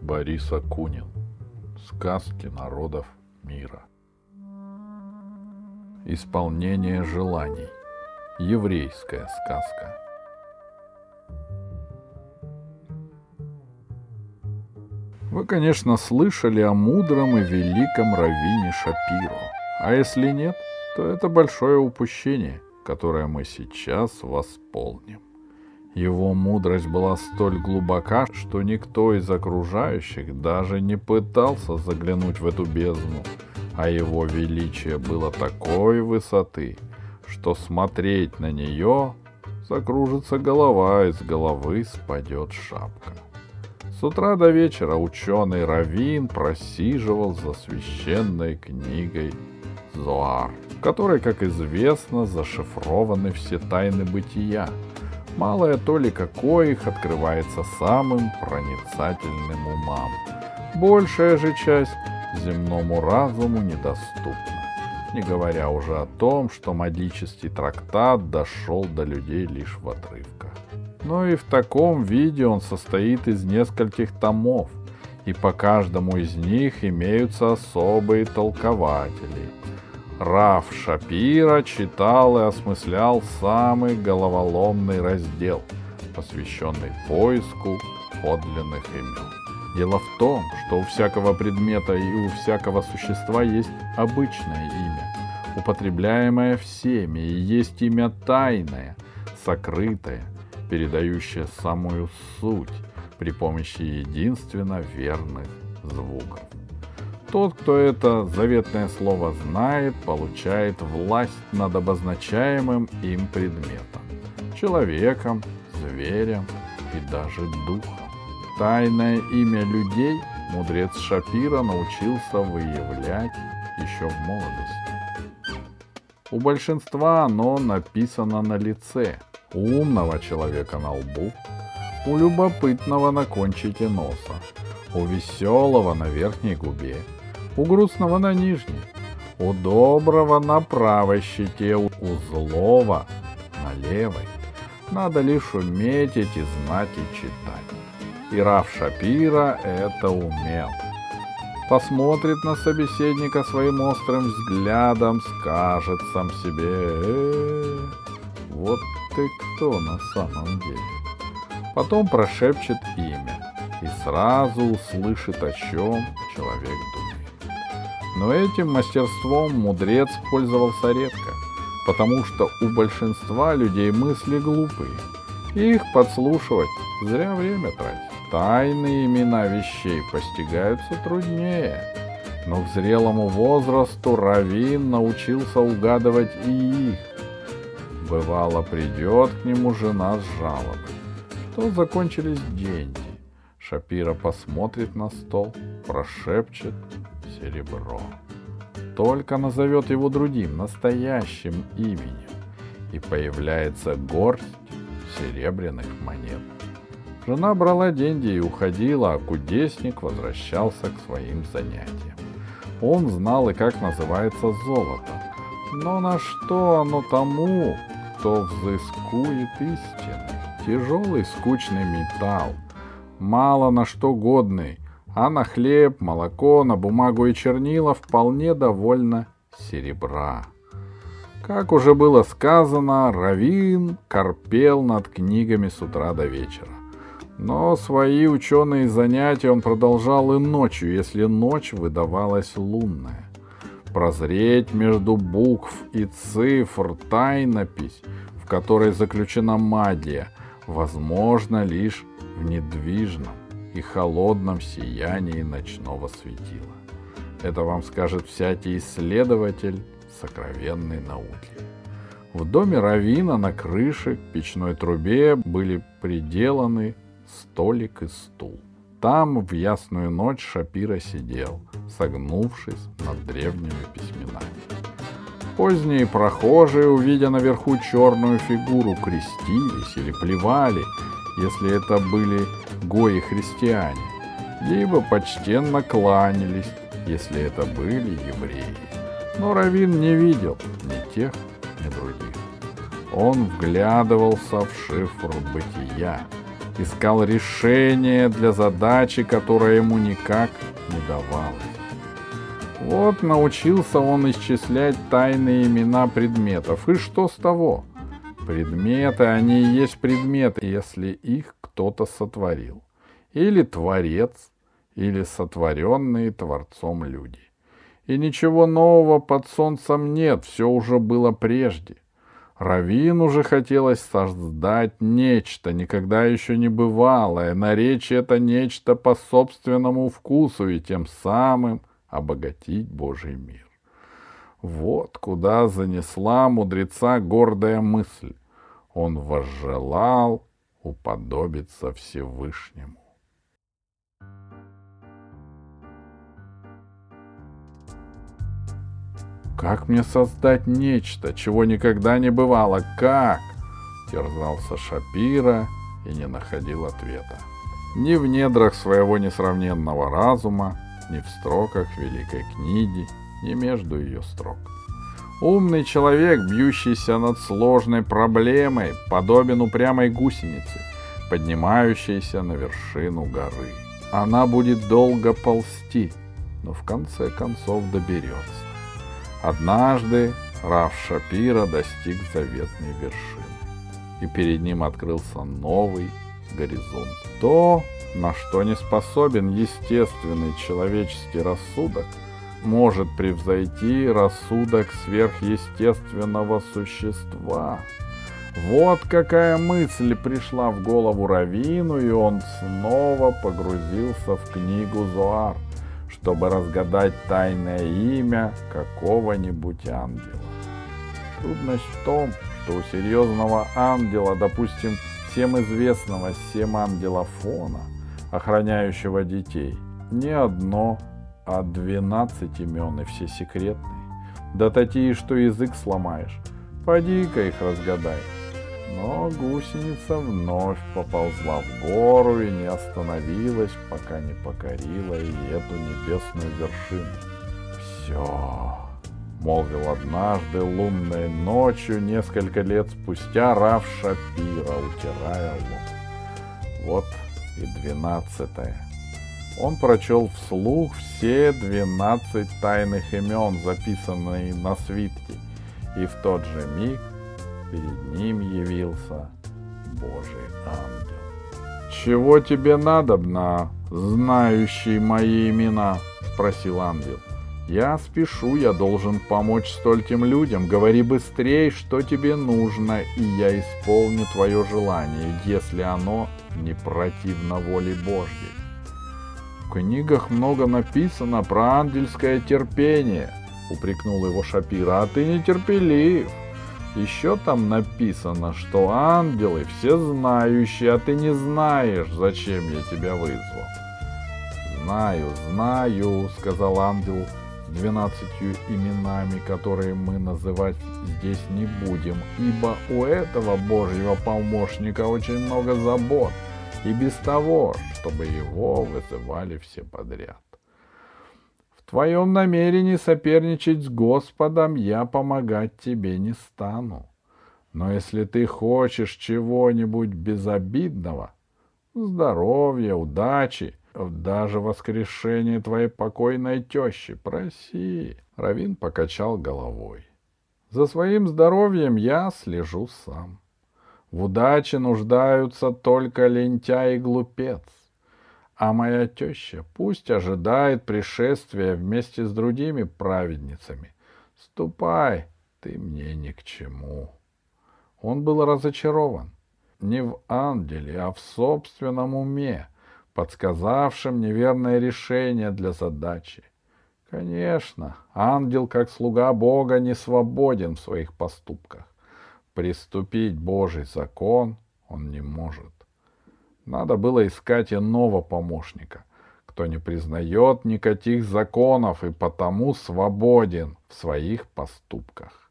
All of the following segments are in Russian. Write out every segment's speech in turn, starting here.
Борис Акунин. Сказки народов мира. Исполнение желаний. Еврейская сказка. Вы, конечно, слышали о мудром и великом раввине Шапиро. А если нет, то это большое упущение, которое мы сейчас восполним. Его мудрость была столь глубока, что никто из окружающих даже не пытался заглянуть в эту бездну, а его величие было такой высоты, что смотреть на нее закружится голова, и с головы спадет шапка. С утра до вечера ученый раввин просиживал за священной книгой Зоар, в которой, как известно, зашифрованы все тайны бытия, малая толика коих открывается самым проницательным умам. Большая же часть земному разуму недоступна, не говоря уже о том, что магический трактат дошел до людей лишь в отрывках. Но и в таком виде он состоит из нескольких томов, и по каждому из них имеются особые толкователи. Рав Шапиро читал и осмыслял самый головоломный раздел, посвященный поиску подлинных имен. Дело в том, что у всякого предмета и у всякого существа есть обычное имя, употребляемое всеми, и есть имя тайное, сокрытое, передающее самую суть при помощи единственно верных звуков. Тот, кто это заветное слово знает, получает власть над обозначаемым им предметом, человеком, зверем и даже духом. Тайное имя людей мудрец Шапиро научился выявлять еще в молодости. У большинства оно написано на лице, у умного человека на лбу, у любопытного на кончике носа, у веселого на верхней губе, у грустного на нижней, у доброго на правой щеке, у злого на левой. Надо лишь уметь эти знаки читать. И Рав Шапиро это умел. Посмотрит на собеседника своим острым взглядом, скажет сам себе: вот ты кто на самом деле. Потом прошепчет имя и сразу услышит, о чем человек думает. Но этим мастерством мудрец пользовался редко, потому что у большинства людей мысли глупые, и их подслушивать зря время тратить. Тайные имена вещей постигаются труднее, но к зрелому возрасту раввин научился угадывать и их. Бывало, придет к нему жена с жалобой, что закончились деньги. Шапиро посмотрит на стол, прошепчет: серебро. Только назовет его другим, настоящим именем, и появляется горсть серебряных монет. Жена брала деньги и уходила, а кудесник возвращался к своим занятиям. Он знал и как называется золото, но на что оно тому, кто взыскует истины? Тяжелый скучный металл, мало на что годный, а на хлеб, молоко, на бумагу и чернила вполне довольно серебра. Как уже было сказано, раввин корпел над книгами с утра до вечера. Но свои ученые занятия он продолжал и ночью, если ночь выдавалась лунная. Прозреть между букв и цифр тайнопись, в которой заключена магия, возможно лишь в недвижном и холодном сиянии ночного светила. Это вам скажет всякий исследователь сокровенной науки. В доме раввина на крыше к печной трубе были приделаны столик и стул. Там в ясную ночь Шапиро сидел, согнувшись над древними письменами. Поздние прохожие, увидя наверху черную фигуру, крестились или плевали, если это были гои-христиане, либо почтенно кланялись, если это были евреи. Но раввин не видел ни тех, ни других. Он вглядывался в шифр бытия, искал решение для задачи, которая ему никак не давалась. Вот научился он исчислять тайные имена предметов. И что с того? Предметы, они и есть предметы, если их кто-то сотворил. Или творец, или сотворенные Творцом люди. И ничего нового под солнцем нет, все уже было прежде. Раввину же хотелось создать нечто, никогда еще не бывалое, наречь это нечто по собственному вкусу и тем самым обогатить Божий мир. Вот куда занесла мудреца гордая мысль. Он возжелал уподобиться Всевышнему. «Как мне создать нечто, чего никогда не бывало? Как?» — терзался Шапира и не находил ответа. Ни в недрах своего несравненного разума, ни в строках великой книги, ни между ее строк. Умный человек, бьющийся над сложной проблемой, подобен упрямой гусенице, поднимающейся на вершину горы. Она будет долго ползти, но в конце концов доберется. Однажды Рав Шапира достиг заветной вершины, и перед ним открылся новый горизонт. То, на что не способен естественный человеческий рассудок, может превзойти рассудок сверхъестественного существа. Вот какая мысль пришла в голову раввину, и он снова погрузился в книгу Зоар, чтобы разгадать тайное имя какого-нибудь ангела. Трудность в том, что у серьезного ангела, допустим, всем известного 7 ангела Фона, охраняющего детей, не одно, а 12 имен, и все секретные. Да такие, что язык сломаешь. Поди-ка их разгадай. Но гусеница вновь поползла в гору и не остановилась, пока не покорила и эту небесную вершину. «Все», — молвил однажды лунной ночью, несколько лет спустя, Рав Шапира, утирая лоб. Вот и 12-е. Он прочел вслух все 12 тайных имен, записанные на свитке, и в тот же миг перед ним явился Божий ангел. «Чего тебе надобно, знающий мои имена?» — спросил ангел. «Я спешу, я должен помочь стольким людям. Говори быстрей, что тебе нужно, и я исполню твое желание, если оно не противно воле Божьей». «В книгах много написано про ангельское терпение», — упрекнул его Шапира, — «а ты нетерпелив. Еще там написано, что ангелы все знающие, а ты не знаешь, зачем я тебя вызвал». «Знаю», — сказал ангел с 12 именами, которые мы называть здесь не будем, ибо у этого Божьего помощника очень много забот, и без того, чтобы его вызывали все подряд. В твоем намерении соперничать с Господом я помогать тебе не стану. Но если ты хочешь чего-нибудь безобидного, здоровья, удачи, даже воскрешения твоей покойной тещи, проси. Раввин покачал головой. За своим здоровьем я слежу сам. В удаче нуждаются только лентяй и глупец. А моя теща пусть ожидает пришествия вместе с другими праведницами. Ступай, ты мне ни к чему. Он был разочарован. Не в ангеле, а в собственном уме, подсказавшем неверное решение для задачи. Конечно, ангел, как слуга Бога, не свободен в своих поступках. Приступить Божий закон он не может. Надо было искать иного помощника, кто не признает никаких законов и потому свободен в своих поступках.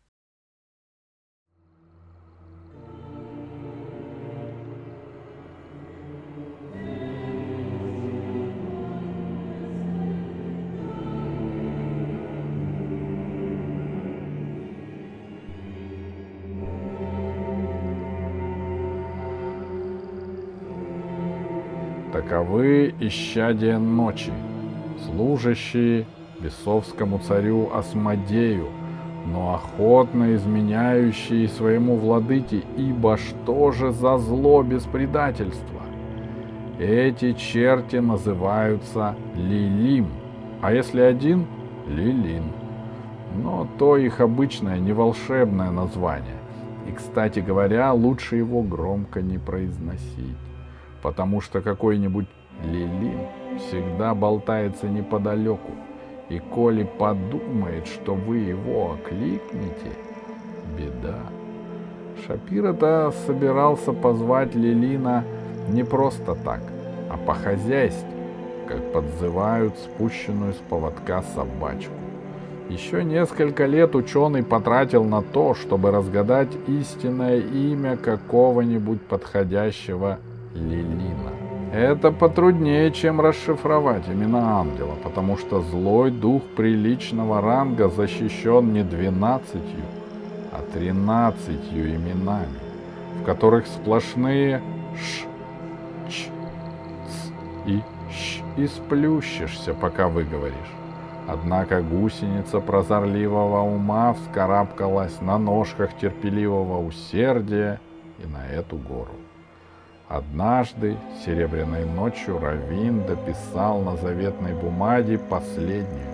Таковы исчадия ночи, служащие бесовскому царю Асмодею, но охотно изменяющие своему владыке, ибо что же за зло без предательства? Эти черти называются Лилим, а если один — Лилин. Но то их обычное, не волшебное название. И, кстати говоря, лучше его громко не произносить, потому что какой-нибудь Лилин всегда болтается неподалеку, и коли подумает, что вы его окликнете, беда. Шапиро-то собирался позвать Лилина не просто так, а по-хозяйски, как подзывают спущенную с поводка собачку. Еще несколько лет ученый потратил на то, чтобы разгадать истинное имя какого-нибудь подходящего Лилина. Это потруднее, чем расшифровать имена ангела, потому что злой дух приличного ранга защищен не 12, а 13 именами, в которых сплошные «ш», «ч», «ц» и «щ», и сплющишься, пока выговоришь. Однако гусеница прозорливого ума вскарабкалась на ножках терпеливого усердия и на эту гору. Однажды, серебряной ночью, Раввин дописал на заветной бумаге последнюю,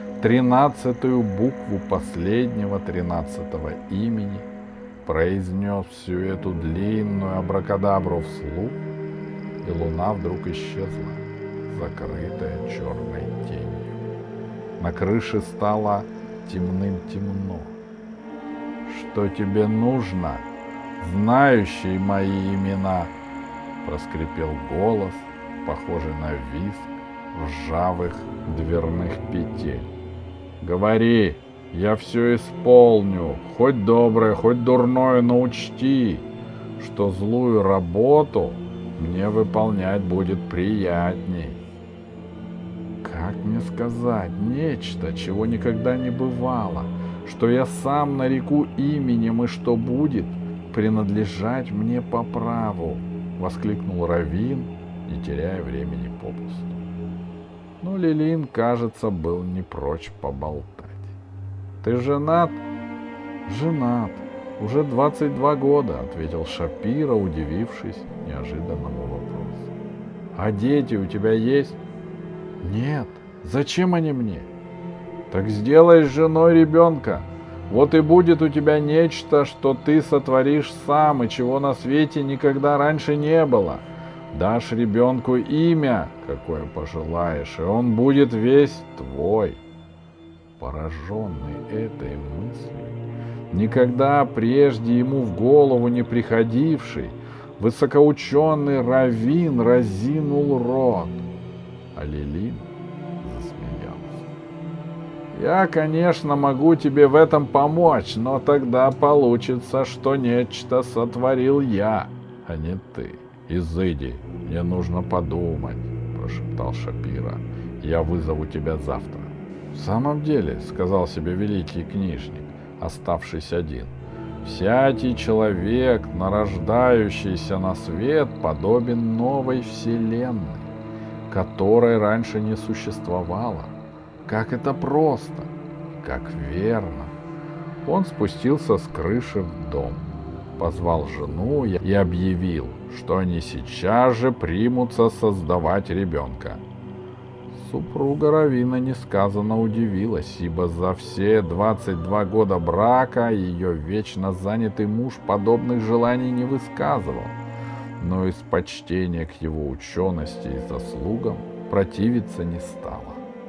13-ю букву последнего 13-го имени, произнес всю эту длинную абракадабру вслух, и луна вдруг исчезла, закрытая черной тенью. На крыше стало темным-темно. «Что тебе нужно, знающий мои имена?» — проскрипел голос, похожий на визг ржавых дверных петель. «Говори, я все исполню, хоть доброе, хоть дурное, но учти, что злую работу мне выполнять будет приятней». Как мне сказать нечто, чего никогда не бывало, что я сам нареку именем и что будет принадлежать мне по праву? — воскликнул Раввин, не теряя времени попусту. Но Лилин, кажется, был не прочь поболтать. — Ты женат? — Женат. Уже 22 года, — ответил Шапиро, удивившись неожиданному вопросу. — А дети у тебя есть? — Нет. Зачем они мне? — Так сделай с женой ребенка. Вот и будет у тебя нечто, что ты сотворишь сам, и чего на свете никогда раньше не было. Дашь ребенку имя, какое пожелаешь, и он будет весь твой. Пораженный этой мыслью, никогда прежде ему в голову не приходивший, высокоученый Раввин разинул рот, а Лилин засмеялся. «Я, конечно, могу тебе в этом помочь, но тогда получится, что нечто сотворил я, а не ты. Изыди, мне нужно подумать», — прошептал Шапиро. «Я вызову тебя завтра». «В самом деле», — сказал себе великий книжник, оставшись один, «всякий человек, нарождающийся на свет, подобен новой вселенной, которой ранье не существовало. Как это просто, как верно». Он спустился с крыши в дом, позвал жену и объявил, что они сейчас же примутся создавать ребенка. Супруга Раввина несказанно удивилась, ибо за все 22 года брака ее вечно занятый муж подобных желаний не высказывал, но из почтения к его учености и заслугам противиться не стала.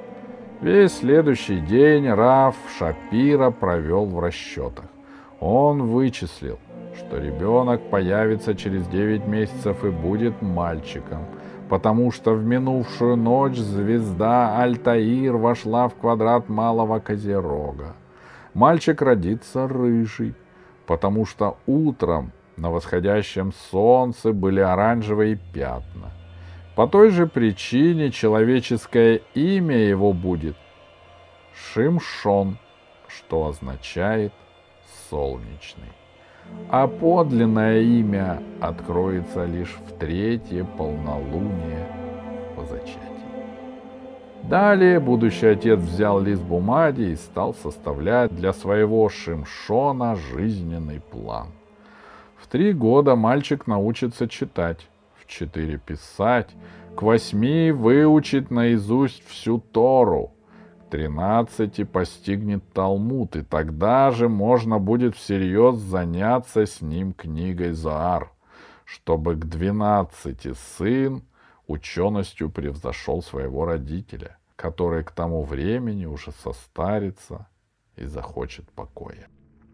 Весь следующий день Рав Шапиро провел в расчетах. Он вычислил, что ребенок появится через 9 месяцев и будет мальчиком, потому что в минувшую ночь звезда Альтаир вошла в квадрат Малого Козерога. Мальчик родится рыжий, потому что утром на восходящем солнце были оранжевые пятна. По той же причине человеческое имя его будет Шимшон, что означает «солнечный». а подлинное имя откроется лишь в третье полнолуние по зачатии. Далее будущий отец взял лист бумаги и стал составлять для своего Шимшона жизненный план. В 3 года мальчик научится читать, в 4 писать, к 8 выучит наизусть всю Тору, к 13 постигнет Талмуд, и тогда же можно будет всерьез заняться с ним книгой Зоар, чтобы к 12 сын ученостью превзошел своего родителя, который к тому времени уже состарится и захочет покоя.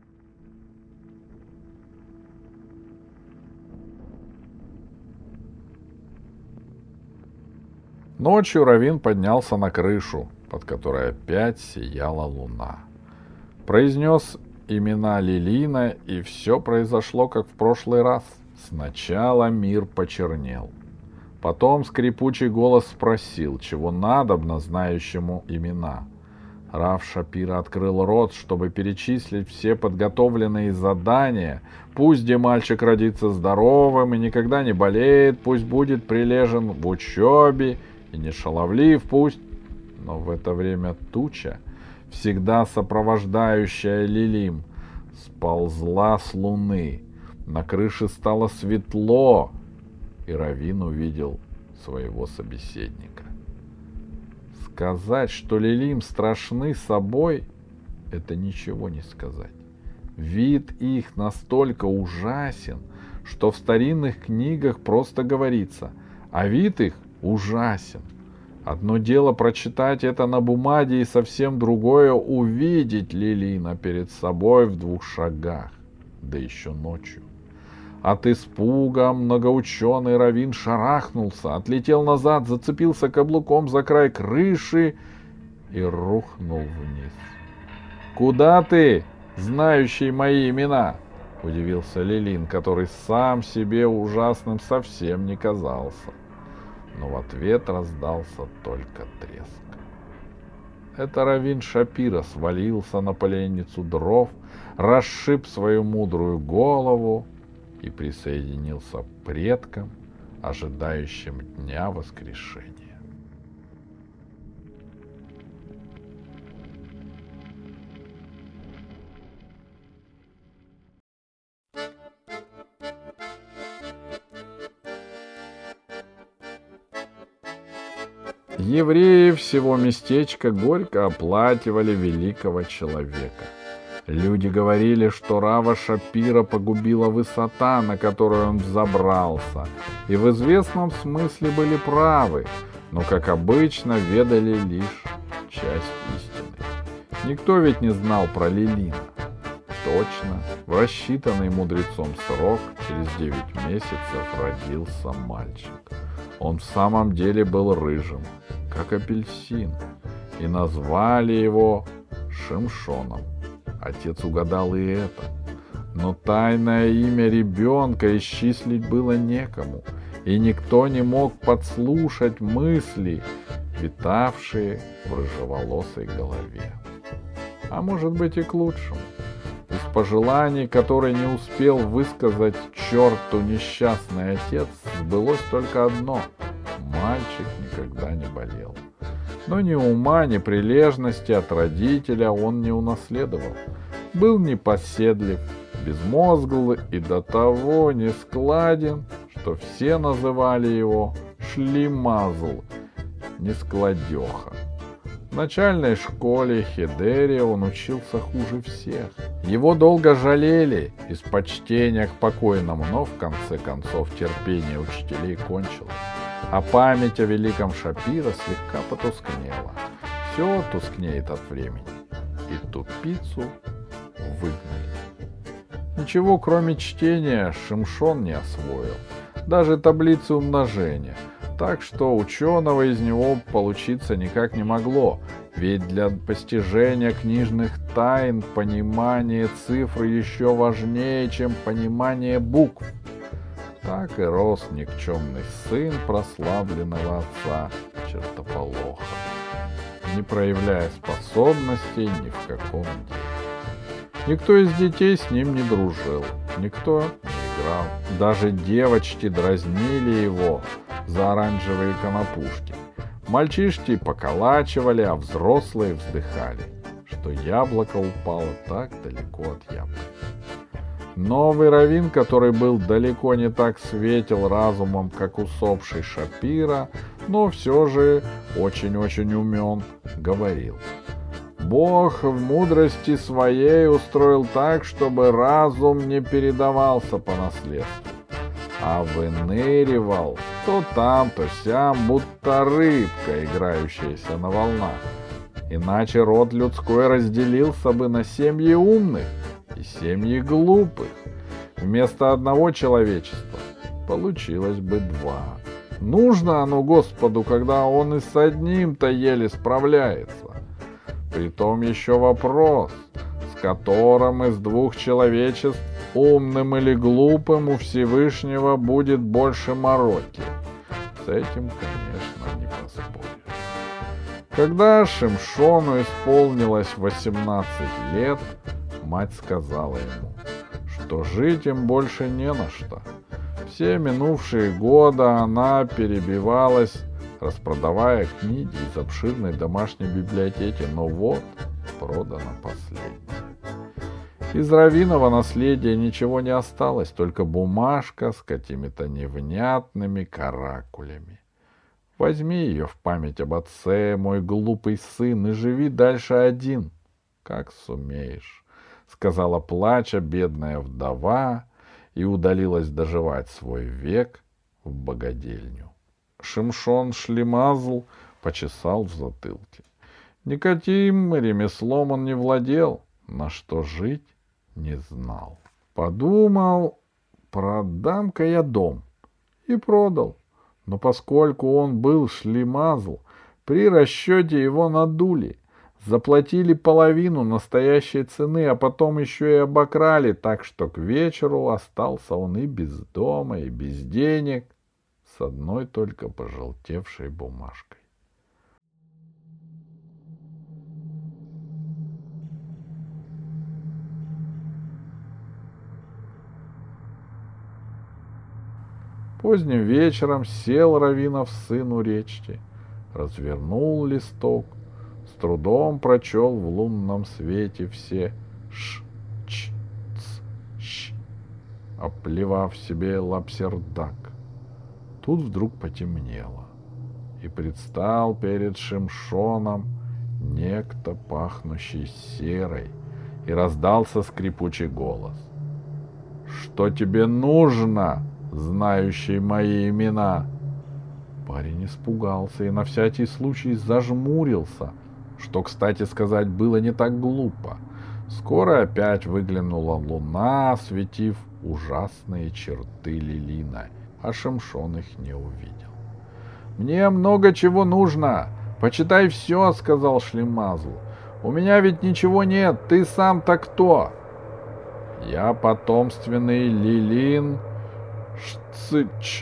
Ночью Раввин поднялся на крышу, под которой опять сияла луна. Произнес имена Лилина, и все произошло, как в прошлый раз. Сначала мир почернел. Потом скрипучий голос спросил, чего надобно знающему имена. Рав Шапира открыл рот, чтобы перечислить все подготовленные задания. Пусть где мальчик родится здоровым и никогда не болеет, пусть будет прилежен в учебе и не шаловлив, пусть... Но в это время туча, всегда сопровождающая Лилим, сползла с луны. На крыше стало светло, и Раввин увидел своего собеседника. Сказать, что Лилим страшны собой, это ничего не сказать. Вид их настолько ужасен, что в старинных книгах просто говорится, а вид их ужасен. Одно дело прочитать это на бумаге, и совсем другое увидеть Лилина перед собой в 2 шагах, да еще ночью. От испуга многоученый Раввин шарахнулся, отлетел назад, зацепился каблуком за край крыши и рухнул вниз. «Куда ты, знающий мои имена?» — удивился Лилин, который сам себе ужасным совсем не казался. Но в ответ раздался только треск. Это Раввин Шапира свалился на поленницу дров, расшиб свою мудрую голову и присоединился к предкам, ожидающим дня воскрешения. Евреи всего местечка горько оплакивали великого человека. Люди говорили, что Рава Шапира погубила высота, на которую он взобрался, и в известном смысле были правы, но, как обычно, ведали лишь часть истины. Никто ведь не знал про Лилина. Точно, в рассчитанный мудрецом срок, через 9 месяцев родился мальчик. Он в самом деле был рыжим, как апельсин, и назвали его Шимшоном. Отец угадал и это. Но тайное имя ребенка исчислить было некому, и никто не мог подслушать мысли, витавшие в рыжеволосой голове. А может быть и к лучшему. Из пожеланий, которые не успел высказать черту несчастный отец, сбылось только одно — мальчик никогда не болел. Но ни ума, ни прилежности от родителя он не унаследовал. Был непоседлив, безмозгл и до того нескладен, что все называли его шлимазл, нескладеха. В начальной школе Хедере он учился хуже всех. Его долго жалели из почтения к покойному, но в конце концов терпение учителей кончилось, а память о великом Шапира слегка потускнела. Все тускнеет от времени, и тупицу выгнали. Ничего, кроме чтения, Шимшон не освоил, даже таблицы умножения, так что ученого из него получиться никак не могло, ведь для постижения книжных тайн понимание цифр еще важнее, чем понимание букв. Так и рос никчемный сын прославленного отца чертополоха, не проявляя способностей ни в каком деле. Никто из детей с ним не дружил. никто не играл. Даже девочки дразнили его за оранжевые конопушки. Мальчишки поколачивали, а взрослые вздыхали, что яблоко упало так далеко от яблока. Новый раввин, который был далеко не так светел разумом, как усопший Шапира, но все же очень-очень умен, говорил: Бог в мудрости своей устроил так, чтобы разум не передавался по наследству, а выныривал то там, то сям, будто рыбка, играющаяся на волнах. Иначе род людской разделился бы на семьи умных и семьи глупых. Вместо одного человечества получилось бы два. Нужно оно Господу, когда он и с одним-то еле справляется. Притом еще вопрос, с которым из двух человечеств, умным или глупым, у Всевышнего будет больше мороки. С этим, конечно, не поспоришь. Когда Шимшону исполнилось 18 лет, мать сказала ему, что жить им больше не на что. Все минувшие годы она перебивалась, распродавая книги из обширной домашней библиотеки, но вот продано последнее. Из раввиного наследия ничего не осталось, только бумажка с какими-то невнятными каракулями. Возьми ее в память об отце, мой глупый сын, и живи дальше один, как сумеешь, — сказала плача бедная вдова и удалилась доживать свой век в богадельню. Шимшон Шлемазл почесал в затылке. Никаким ремеслом он не владел, на что жить не знал. Подумал, продам-ка я дом, и продал. Но поскольку он был шлемазл, при расчете его надули, заплатили половину настоящей цены, а потом еще и обокрали, так что к вечеру остался он и без дома, и без денег, с одной только пожелтевшей бумажкой. Поздним вечером сел Равинов сын у речки, развернул листок, с трудом прочел в лунном свете все «ш», «ч», «ц», «щ», оплевав себе лапсердак. Тут вдруг потемнело, и предстал перед Шимшоном некто, пахнущий серой, и раздался скрипучий голос. «Что тебе нужно, знающий мои имена?» Парень испугался и на всякий случай зажмурился, что, кстати сказать, было не так глупо. Скоро опять выглянула луна, осветив ужасные черты Лилина, а Шимшон их не увидел. «Мне много чего нужно. Почитай все», — сказал Шлемазл. «У меня ведь ничего нет. Ты сам-то кто?» «Я потомственный Лилин Шцыч,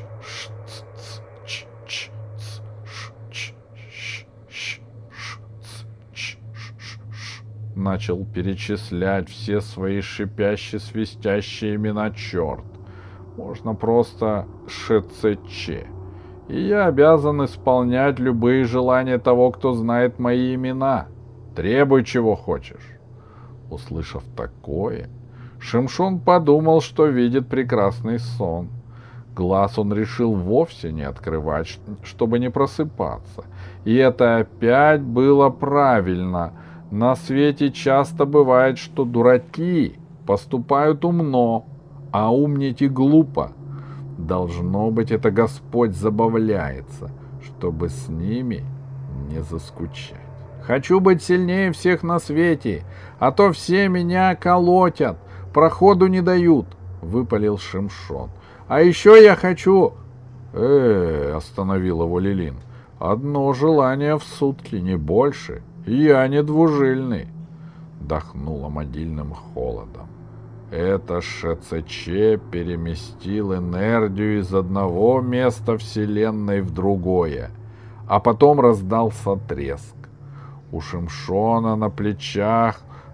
начал перечислять все свои шипяще-свистящие имена черт. Можно просто ШЦЧ. И я обязан исполнять любые желания того, кто знает мои имена. Требуй, чего хочешь. Услышав такое, Шимшон подумал, что видит прекрасный сон. Глаз он решил вовсе не открывать, чтобы не просыпаться. И это опять было правильно. На свете часто бывает, что дураки поступают умно, а умнить глупо. Должно быть, это Господь забавляется, чтобы с ними не заскучать. «Хочу быть сильнее всех на свете, а то все меня колотят, проходу не дают», — выпалил Шимшон. «А еще я хочу...» остановил его Лилин. «Одно желание в сутки, не больше. Я не двужильный», — дохнуло могильным холодом. Это ШЦЧ переместил энергию из одного места Вселенной в другое, а потом раздался треск. У Шимшона на плечах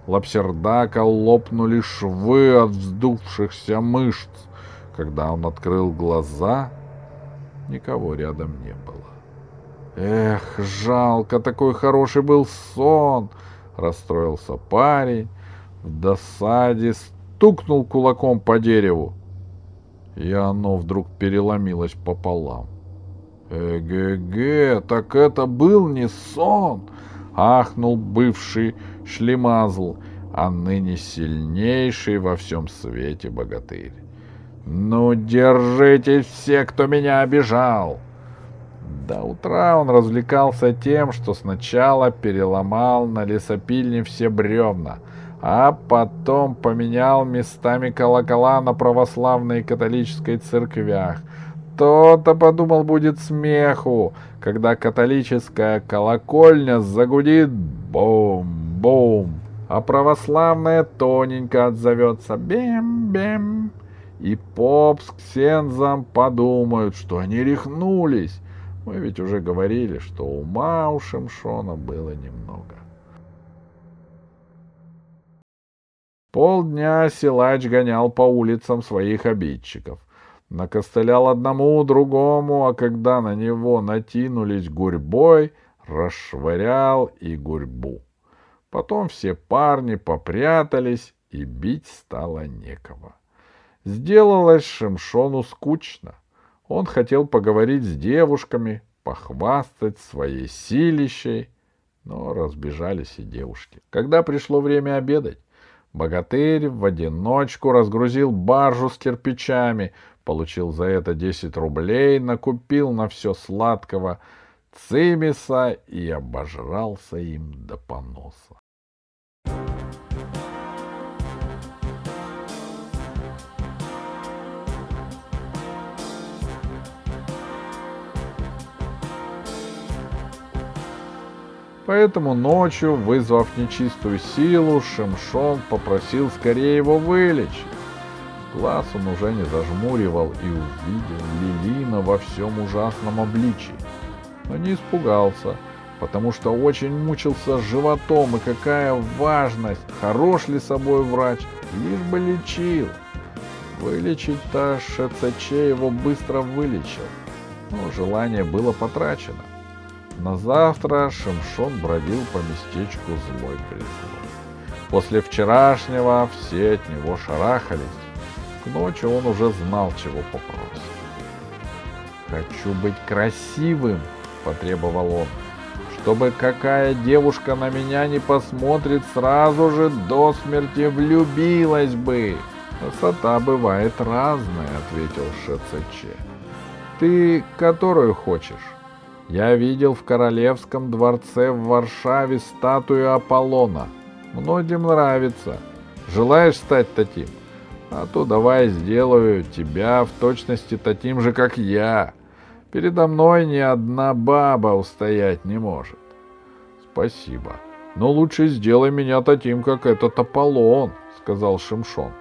Лапсердака лопнули швы от вздувшихся мышц. Когда он открыл глаза, никого рядом не было. «Эх, жалко, такой хороший был сон!» — расстроился парень. В досаде стукнул кулаком по дереву, и оно вдруг переломилось пополам. «Эге-ге, так это был не сон!» — ахнул бывший шлемазл, а ныне сильнейший во всем свете богатырь. «Ну, держитесь все, кто меня обижал!» До утра он развлекался тем, что сначала переломал на лесопильне все бревна, а потом поменял местами колокола на православной и католической церквях. То-то, подумал, будет смеху, когда католическая колокольня загудит бум-бум, а православная тоненько отзовется бем-бем, и поп с ксензом подумают, что они рехнулись. Мы ведь уже говорили, что ума у Шимшона было немного. Полдня силач гонял по улицам своих обидчиков. Накостылял одному, другому, а когда на него накинулись гурьбой, расшвырял и гурьбу. Потом все парни попрятались, и бить стало некого. Сделалось Шимшону скучно. Он хотел поговорить с девушками, похвастать своей силищей, но разбежались и девушки. Когда пришло время обедать, богатырь в одиночку разгрузил баржу с кирпичами, получил за это 10 рублей, накупил на все сладкого цимиса и обожрался им до поноса. Поэтому ночью, вызвав нечистую силу, Шимшон попросил скорее его вылечить. Глаз он уже не зажмуривал и увидел Лилина во всем ужасном обличии. Но не испугался, потому что очень мучился с животом, и какая важность, хорош ли собой врач, лишь бы лечил. Вылечить-то ШЦЧ его быстро вылечил, но желание было потрачено. На завтра Шимшон бродил по местечку злой-призлой. После вчерашнего все от него шарахались. К ночи он уже знал, чего попросит. «Хочу быть красивым», — потребовал он, «чтобы какая девушка на меня не посмотрит, сразу же до смерти влюбилась бы». «Красота бывает разная», — ответил ШЦЧ. «Ты которую хочешь? Я видел в Королевском дворце в Варшаве статую Аполлона. Многим нравится. Желаешь стать таким? А то давай сделаю тебя в точности таким же, как я. Передо мной ни одна баба устоять не может». «Спасибо. Но лучше сделай меня таким, как этот Аполлон», — сказал Шимшон.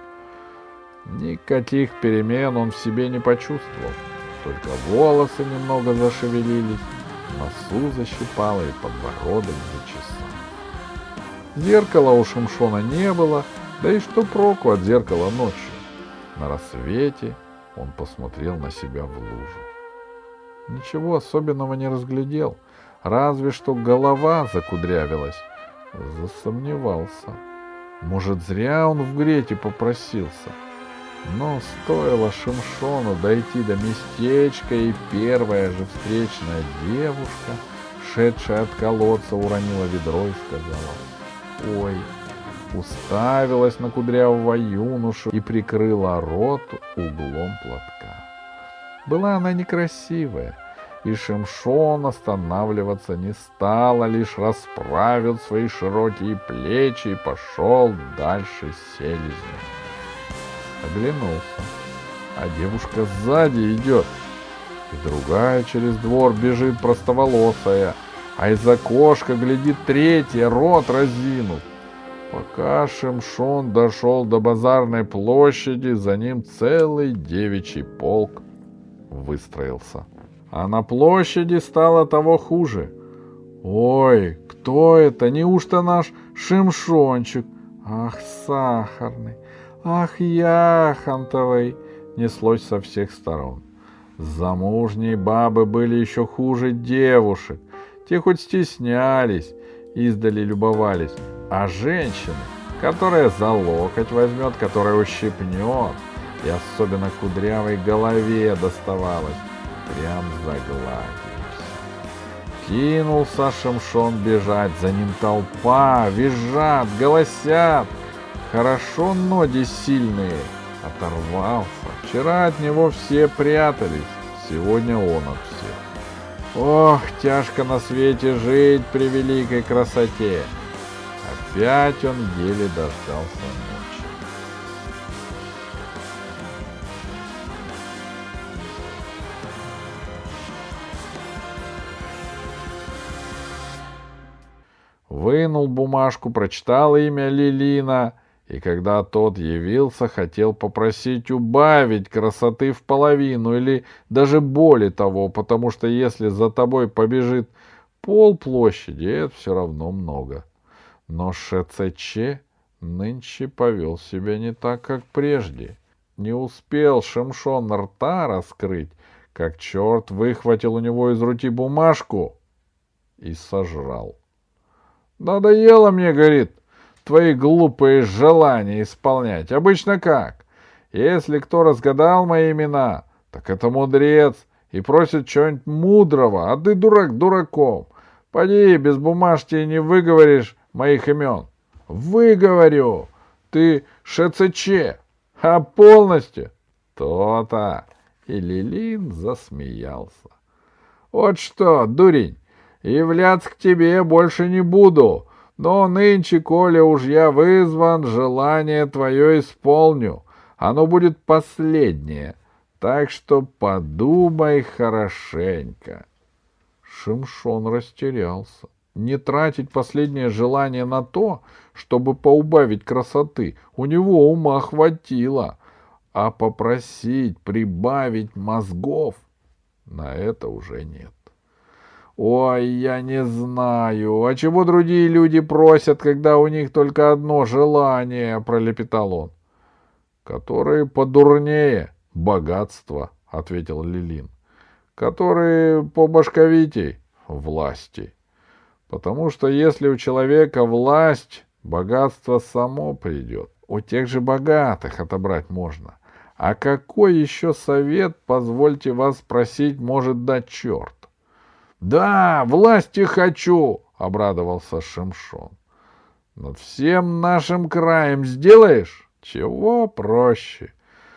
Никаких перемен он в себе не почувствовал. Только волосы немного зашевелились, носу защипало и подбородок зачесал. Зеркала у Шимшона не было, да и что проку от зеркала ночью? На рассвете он посмотрел на себя в лужу. Ничего особенного не разглядел, разве что голова закудрявилась. Засомневался. Может, зря он в грете попросился. Но стоило Шимшону дойти до местечка, и первая же встречная девушка, шедшая от колодца, уронила ведро и сказала «Ой», уставилась на кудрявого юношу и прикрыла рот углом платка. Была она некрасивая, и Шимшон останавливаться не стал, а лишь расправил свои широкие плечи и пошел дальше селезня. Оглянулся, а девушка сзади идет, и другая через двор бежит простоволосая, а из окошка глядит третья, рот разинув. Пока Шимшон дошел до базарной площади, за ним целый девичий полк выстроился. А на площади стало того хуже. «Ой, кто это? Неужто наш Шимшончик? Ах, сахарный! Ах, яхонтовый! Неслось со всех сторон. Замужние бабы были еще хуже девушек. Те хоть стеснялись, издали любовались. А женщины, которая за локоть возьмет, которая ущипнет, и особенно кудрявой голове доставалось, прям загладились. Кинулся Шимшон бежать, за ним толпа, визжат, голосят. Хорошо ноги сильные. Оторвался. Вчера от него все прятались, сегодня он от всех. Ох, тяжко на свете жить при великой красоте. Опять он еле дождался ночи. Вынул бумажку, прочитал имя Лилина, и когда тот явился, хотел попросить убавить красоты в половину или даже более того, потому что если за тобой побежит полплощади, это все равно много. Но ШЦЧ нынче повел себя не так, как прежде. Не успел Шимшон рта раскрыть, как черт выхватил у него из руки бумажку и сожрал. «Надоело мне, — говорит, — твои глупые желания исполнять. Обычно как? Если кто разгадал мои имена, так это мудрец и просит чего-нибудь мудрого, а ты дурак дураком. Поди, без бумажки не выговоришь моих имен». «Выговорю! Ты ШЦЧ, а полностью?» «То-то!» И Лилин засмеялся. «Вот что, дурень, являться к тебе больше не буду, но нынче, коли уж я вызван, желание твое исполню. Оно будет последнее, так что подумай хорошенько». Шимшон растерялся. Не тратить последнее желание на то, чтобы поубавить красоты, у него ума хватило, а попросить прибавить мозгов на это уже нет. «Ой, я не знаю, а чего другие люди просят, когда у них только одно желание?» — пролепетал он. «Которые подурнее богатства», — ответил Лилин. «Которые побашковитей власти. Потому что если у человека власть, богатство само придет. У тех же богатых отобрать можно. А какой еще совет, позвольте вас спросить, может дать черт?» «Да, власти хочу!» — обрадовался Шимшон. «Над всем нашим краем сделаешь? Чего проще?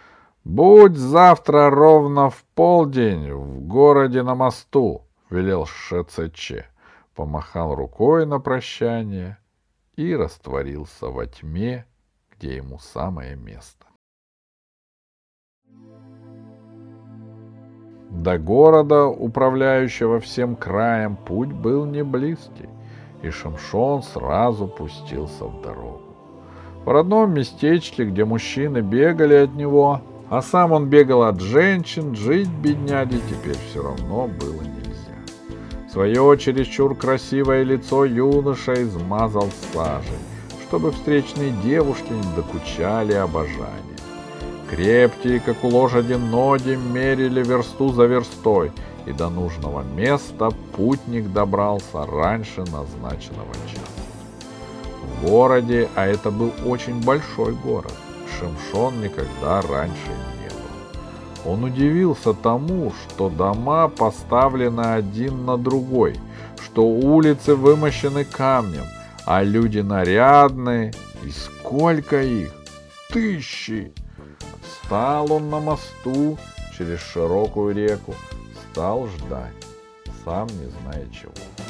Будь завтра ровно в полдень в городе на мосту», — велел ШЦЧ, помахал рукой на прощание и растворился во тьме, где ему самое место. До города, управляющего всем краем, путь был не близкий, и Шимшон сразу пустился в дорогу. В родном местечке, где мужчины бегали от него, а сам он бегал от женщин, жить бедняге теперь все равно было нельзя. Свое чересчур красивое лицо юноша измазал сажей, чтобы встречные девушки не докучали обожания. Крепкие, как у лошади, ноги мерили версту за верстой, и до нужного места путник добрался раньше назначенного часа. В городе, а это был очень большой город, Шимшон никогда раньше не был. Он удивился тому, что дома поставлены один на другой, что улицы вымощены камнем, а люди нарядные, и сколько их! Тысячи! Встал он на мосту через широкую реку, стал ждать, сам не зная чего.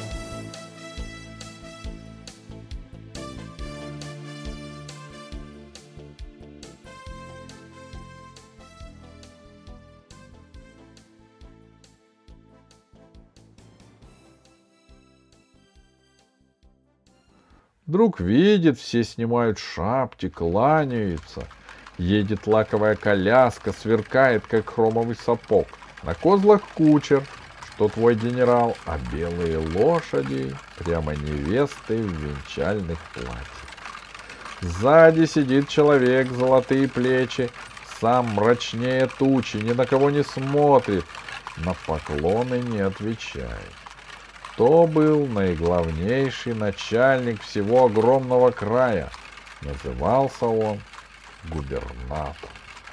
Вдруг видит, все снимают шапки, кланяются. Едет лаковая коляска, сверкает, как хромовый сапог. На козлах кучер, что твой генерал, а белые лошади прямо невесты в венчальных платьях. Сзади сидит человек, золотые плечи, сам мрачнее тучи, ни на кого не смотрит, на поклоны не отвечает. То был наиглавнейший начальник всего огромного края. Назывался он губернатор.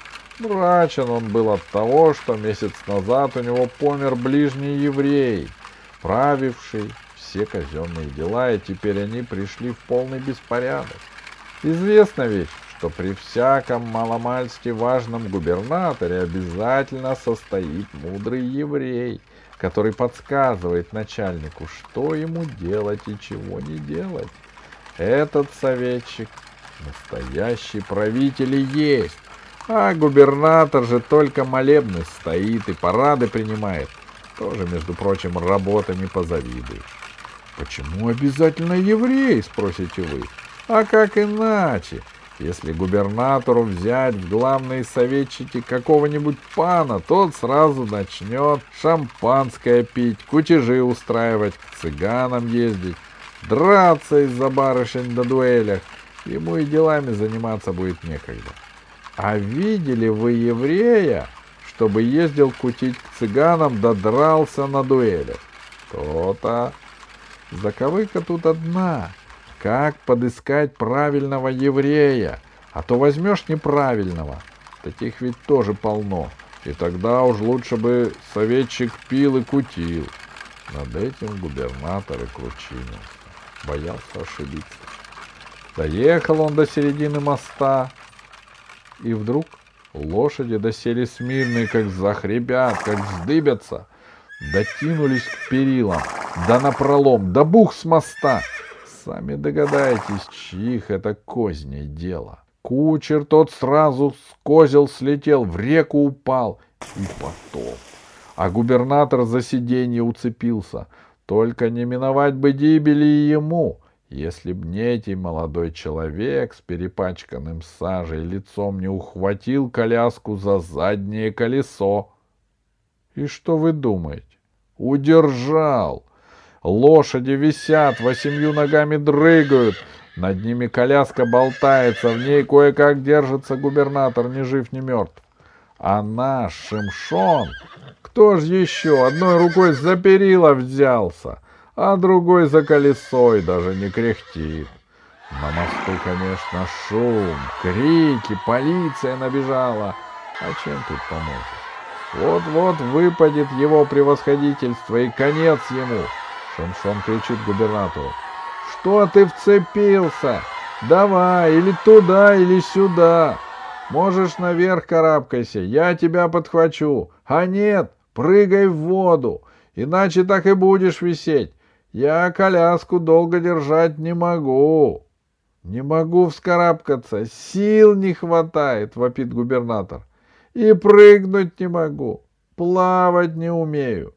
Мрачен он был от того, что месяц назад у него помер ближний еврей, правивший все казенные дела, и теперь они пришли в полный беспорядок. Известно ведь, что при всяком маломальски важном губернаторе обязательно состоит мудрый еврей, который подсказывает начальнику, что ему делать и чего не делать. Этот советчик настоящий правитель и есть, а губернатор же только молебны стоит и парады принимает. Тоже, между прочим, работа не позавидуешь. Почему обязательно еврей, спросите вы? А как иначе? Если губернатору взять в главные советчики какого-нибудь пана, тот сразу начнет шампанское пить, кутежи устраивать, к цыганам ездить, драться из-за барышень на дуэлях. Ему и делами заниматься будет некогда. А видели вы еврея, чтобы ездил кутить к цыганам да дрался на дуэлях? То-то. Заковыка тут одна. Как подыскать правильного еврея? А то возьмешь неправильного. Таких ведь тоже полно. И тогда уж лучше бы советчик пил и кутил. Над этим губернатор и кручинился. Боялся ошибиться. Доехал он до середины моста, и вдруг лошади досели смирные, как захребят, как вздыбятся, дотянулись к перилам, да напролом, да бух с моста. Сами догадайтесь, чьих это козней дело. Кучер тот сразу с козел слетел, в реку упал и потоп. А губернатор за сиденье уцепился. Только не миновать бы гибели и ему, если б некий молодой человек с перепачканным сажей лицом не ухватил коляску за заднее колесо. И что вы думаете? Удержал. Лошади висят, 8 ногами дрыгают, над ними коляска болтается, в ней кое-как держится губернатор, ни жив, ни мертв. А наш Шимшон, кто ж еще, одной рукой за перила взялся, а другой за колесо и даже не кряхтит. На мосту, конечно, шум, крики, полиция набежала. А чем тут поможешь? Вот-вот выпадет его превосходительство и конец ему. Шимшон кричит губернатору: «Что ты вцепился? Давай, или туда, или сюда. Можешь наверх карабкайся, я тебя подхвачу. А нет, прыгай в воду, иначе так и будешь висеть. Я коляску долго держать не могу». «Не могу вскарабкаться, сил не хватает», — вопит губернатор. «И прыгнуть не могу, плавать не умею».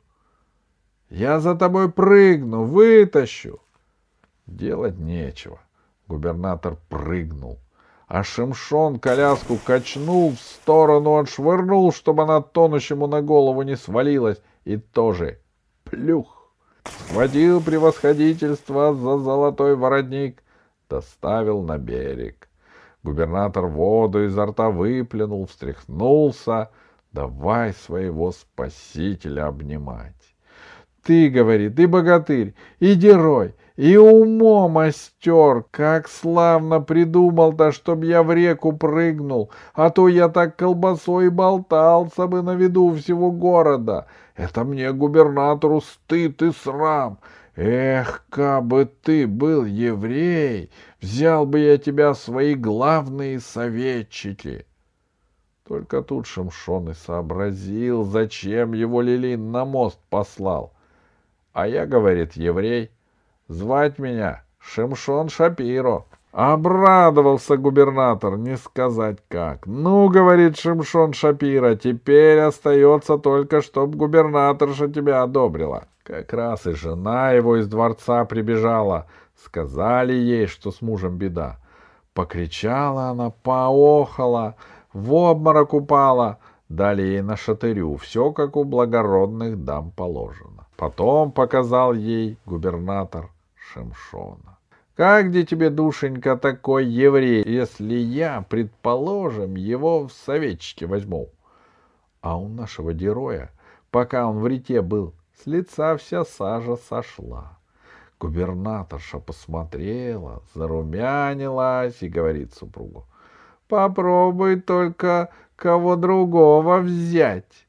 «Я за тобой прыгну, вытащу». Делать нечего. Губернатор прыгнул, а Шимшон коляску качнул в сторону, отшвырнул, чтобы она тонущему на голову не свалилась, и тоже плюх. Схватил превосходительство за золотой воротник, доставил на берег. Губернатор воду изо рта выплюнул, встряхнулся. Давай своего спасителя обнимать. «Ты, — говорит, — и богатырь, и герой, и умом мастер, как славно придумал-то, чтоб я в реку прыгнул, а то я так колбасой болтался бы на виду всего города. Это мне, губернатору, стыд и срам. Эх, кабы ты был еврей, взял бы я тебя в свои главные советчики». Только тут Шимшон и сообразил, зачем его Лилин на мост послал. «А я, — говорит, — еврей, звать меня Шимшон Шапиро». Обрадовался губернатор, не сказать как. «Ну, — говорит Шимшон Шапиро, — теперь остается только, чтоб губернаторша тебя одобрила». Как раз и жена его из дворца прибежала. Сказали ей, что с мужем беда. Покричала она, поохала, в обморок упала. Дали ей на шатырю, все как у благородных дам положено. Потом показал ей губернатор Шимшона. Как где тебе, душенька, такой еврей, если я, предположим, его в советчики возьму? А у нашего героя, пока он в рите был, с лица вся сажа сошла. Губернаторша посмотрела, зарумянилась и говорит супругу: попробуй только кого другого взять.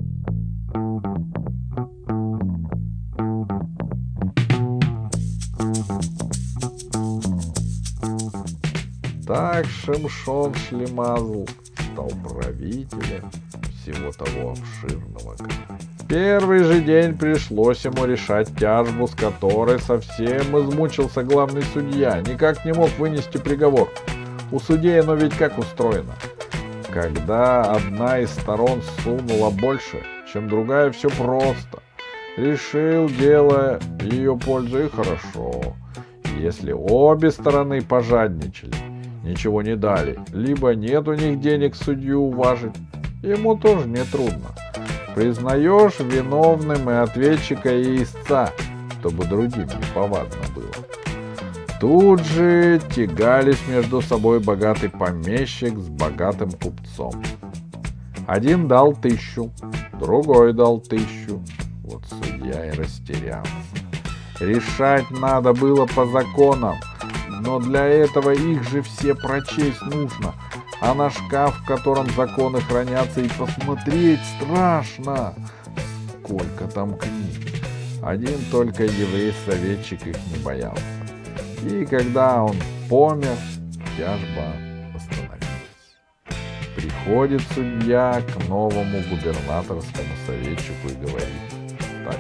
Так Шимшон Шлемазл стал правителем всего того обширного края. В первый же день пришлось ему решать тяжбу, с которой совсем измучился главный судья, никак не мог вынести приговор. У судей оно ведь как устроено. Когда одна из сторон сунула больше, чем другая, все просто. Решил дело в ее пользу, и хорошо. Если обе стороны пожадничали, ничего не дали, либо нет у них денег судью уважить, ему тоже нетрудно. Признаешь виновным и ответчика, и истца, чтобы другим неповадно было. Тут же тягались между собой богатый помещик с богатым купцом. Один дал 1000, другой дал 1000. Вот судья и растерялся. Решать надо было по законам, но для этого их же все прочесть нужно, а на шкаф, в котором законы хранятся, и посмотреть страшно. Сколько там книг. Один только еврей-советчик их не боялся. И когда он помер, тяжба остановилась. Приходит судья к новому губернаторскому советчику и говорит: так,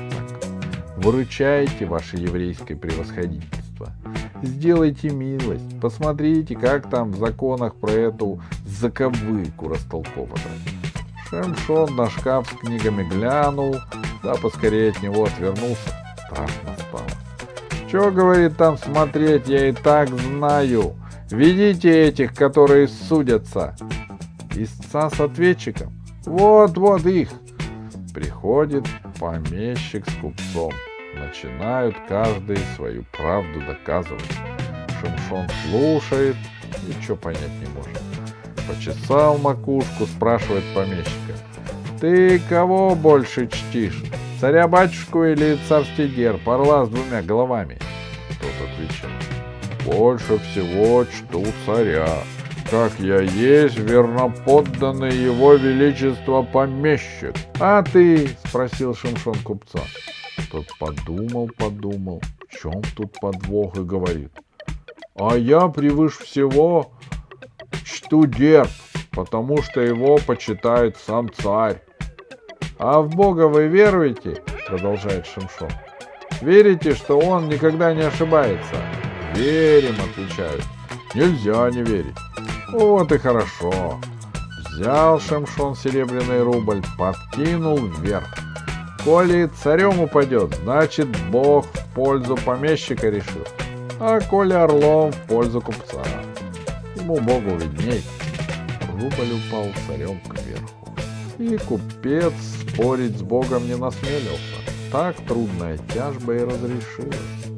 выручайте, ваше еврейское превосходительство. Сделайте милость, посмотрите, как там в законах про эту заковыку растолковано. Шимшон на шкаф с книгами глянул, да поскорее от него отвернулся. Страшно стало. Что, говорит, там смотреть, я и так знаю. Ведите этих, которые судятся. Истца с ответчиком. Вот их. Приходит помещик с купцом. Начинают каждый свою правду доказывать. Шимшон слушает, ничего понять не может. Почесал макушку, спрашивает помещика: ты кого больше чтишь? Царя-батюшку или царский герб, орла с 2 головами? Тот отвечает: больше всего чту царя, как я есть верноподданный его величество помещик. А ты? Спросил Шимшон купца. Тот подумал, в чем тут подвох, и говорит: а я превыше всего чту герб, потому что его почитает сам царь. А в Бога вы веруете? Продолжает Шимшон. Верите, что он никогда не ошибается? Верим, отвечают. Нельзя не верить. Вот и хорошо. Взял Шимшон серебряный рубль, подкинул вверх. Коли царем упадет, значит, Бог в пользу помещика решил. А коли орлом, в пользу купца. Ему Богу видней. Рубль упал царем кверху. И купец спорить с Богом не насмелился. Так трудная тяжба и разрешилась.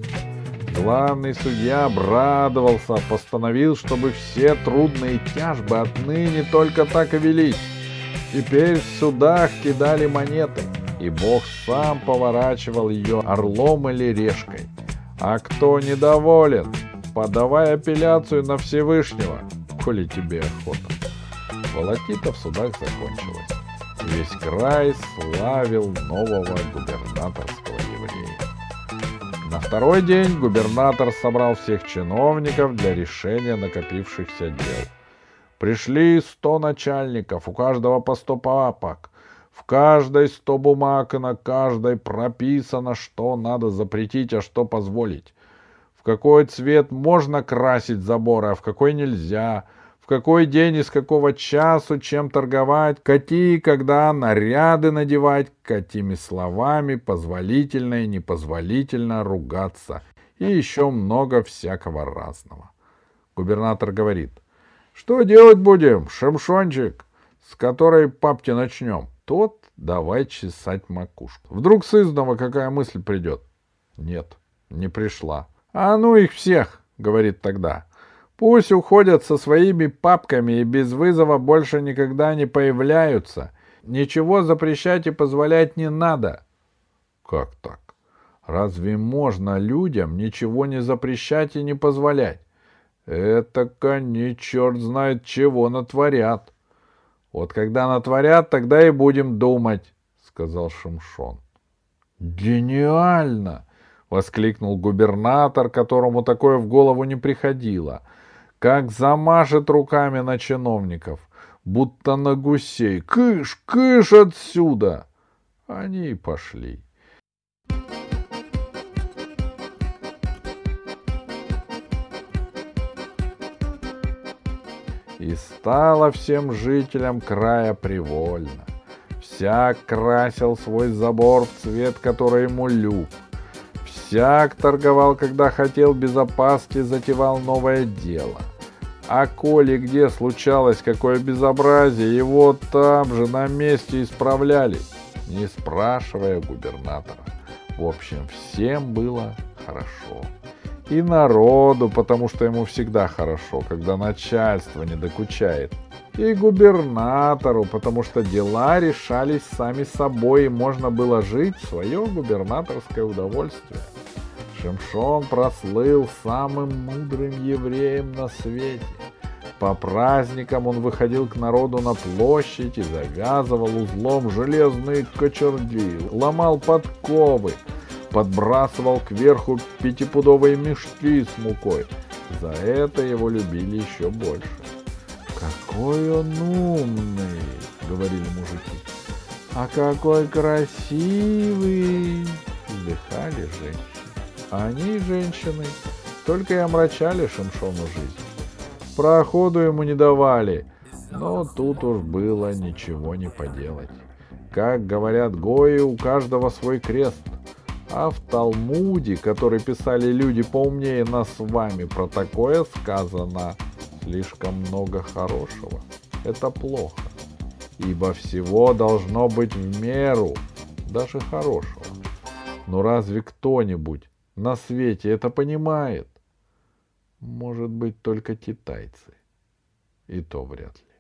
Главный судья обрадовался, постановил, чтобы все трудные тяжбы отныне только так и велись. Теперь в судах кидали монеты, и Бог сам поворачивал ее орлом или решкой. А кто недоволен, подавай апелляцию на Всевышнего, коли тебе охота. Волокита в судах закончилась. Весь край славил нового губернаторского еврея. На второй день губернатор собрал всех чиновников для решения накопившихся дел. Пришли 100 начальников, у каждого по 100 папок. В каждой 100 бумаг, и на каждой прописано, что надо запретить, а что позволить. В какой цвет можно красить заборы, а в какой нельзя. В какой день и с какого часу чем торговать, какие, когда наряды надевать, какими словами позволительно и непозволительно ругаться. И еще много всякого разного. Губернатор говорит: что делать будем, Шимшончик, с которой папки начнем? Тот давай чесать макушку. Вдруг сызнова какая мысль придет? Нет, не пришла. «А ну их всех!» — говорит тогда. «Пусть уходят со своими папками и без вызова больше никогда не появляются. Ничего запрещать и позволять не надо». Как так? Разве можно людям ничего не запрещать и не позволять? Это они черт знает чего натворят. Вот когда натворят, тогда и будем думать, — сказал Шимшон. «Гениально!» — воскликнул губернатор, которому такое в голову не приходило. Как замашет руками на чиновников, будто на гусей. «Кыш, кыш отсюда!» Они и пошли. И стало всем жителям края привольно. Всяк красил свой забор в цвет, который ему люб. Всяк торговал, когда хотел, без опаски затевал новое дело. А коли где случалось какое безобразие, его там же на месте исправляли, не спрашивая губернатора. В общем, всем было хорошо. И народу, потому что ему всегда хорошо, когда начальство не докучает. И губернатору, потому что дела решались сами собой, и можно было жить в свое губернаторское удовольствие. Шимшон прослыл самым мудрым евреем на свете. По праздникам он выходил к народу на площадь и завязывал узлом железные кочерги, ломал подковы, подбрасывал кверху пятипудовые мешки с мукой. За это его любили еще больше. «Какой он умный!» — говорили мужики. «А какой красивый!» — вздыхали женщины. А они, женщины, только и омрачали Шимшону жизнь. Проходу ему не давали, но тут уж было ничего не поделать. Как говорят гои, у каждого свой крест. А в Талмуде, который писали люди поумнее нас с вами, про такое сказано: слишком много хорошего — это плохо, ибо всего должно быть в меру, даже хорошего. Но разве кто-нибудь на свете это понимает? Может быть, только китайцы. И то вряд ли.